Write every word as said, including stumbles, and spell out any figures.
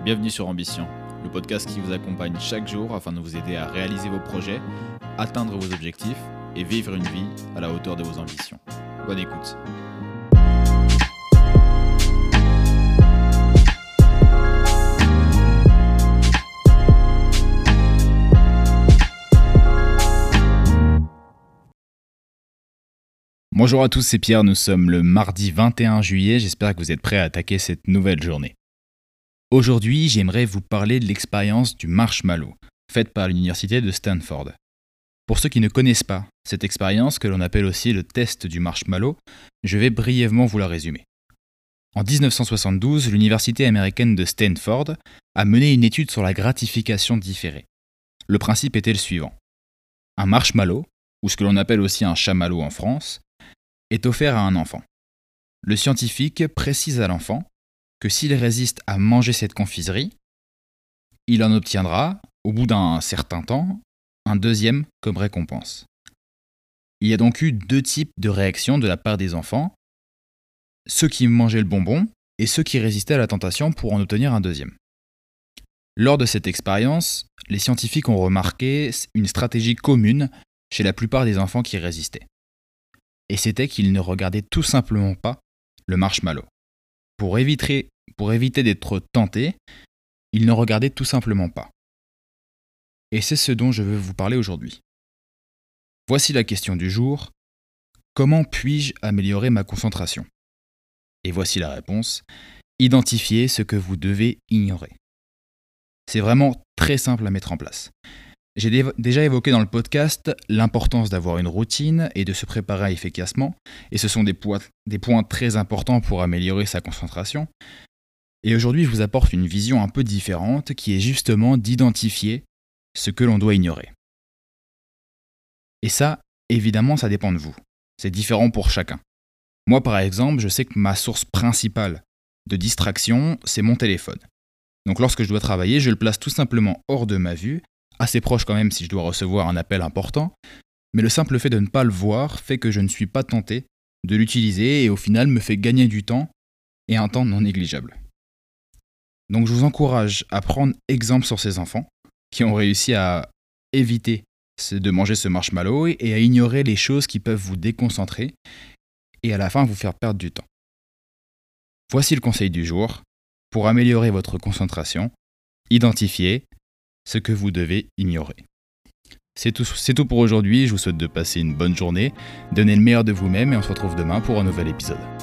Bienvenue sur Ambition, le podcast qui vous accompagne chaque jour afin de vous aider à réaliser vos projets, atteindre vos objectifs et vivre une vie à la hauteur de vos ambitions. Bonne écoute. Bonjour à tous, c'est Pierre, nous sommes le mardi vingt et un juillet, j'espère que vous êtes prêts à attaquer cette nouvelle journée. Aujourd'hui, j'aimerais vous parler de l'expérience du marshmallow, faite par l'université de Stanford. Pour ceux qui ne connaissent pas cette expérience, que l'on appelle aussi le test du marshmallow, je vais brièvement vous la résumer. En dix-neuf cent soixante-douze, l'université américaine de Stanford a mené une étude sur la gratification différée. Le principe était le suivant. Un marshmallow, ou ce que l'on appelle aussi un chamallow en France, est offert à un enfant. Le scientifique précise à l'enfant que s'il résiste à manger cette confiserie, il en obtiendra, au bout d'un certain temps, un deuxième comme récompense. Il y a donc eu deux types de réactions de la part des enfants, ceux qui mangeaient le bonbon et ceux qui résistaient à la tentation pour en obtenir un deuxième. Lors de cette expérience, les scientifiques ont remarqué une stratégie commune chez la plupart des enfants qui résistaient. Et c'était qu'ils ne regardaient tout simplement pas le marshmallow. Pour éviter, pour éviter d'être tentés, ils ne regardaient tout simplement pas. Et c'est ce dont je veux vous parler aujourd'hui. Voici la question du jour. Comment puis-je améliorer ma concentration ? Et voici la réponse. Identifiez ce que vous devez ignorer. C'est vraiment très simple à mettre en place. J'ai dé- déjà évoqué dans le podcast l'importance d'avoir une routine et de se préparer efficacement, et ce sont des, po- des points très importants pour améliorer sa concentration. Et aujourd'hui, je vous apporte une vision un peu différente qui est justement d'identifier ce que l'on doit ignorer. Et ça, évidemment, ça dépend de vous. C'est différent pour chacun. Moi, par exemple, je sais que ma source principale de distraction, c'est mon téléphone. Donc lorsque je dois travailler, je le place tout simplement hors de ma vue, assez proche quand même si je dois recevoir un appel important, mais le simple fait de ne pas le voir fait que je ne suis pas tenté de l'utiliser et au final me fait gagner du temps et un temps non négligeable. Donc je vous encourage à prendre exemple sur ces enfants qui ont réussi à éviter de manger ce marshmallow et à ignorer les choses qui peuvent vous déconcentrer et à la fin vous faire perdre du temps. Voici le conseil du jour. Pour améliorer votre concentration, identifiez ce que vous devez ignorer. C'est tout, c'est tout pour aujourd'hui, je vous souhaite de passer une bonne journée, donnez le meilleur de vous-même et on se retrouve demain pour un nouvel épisode.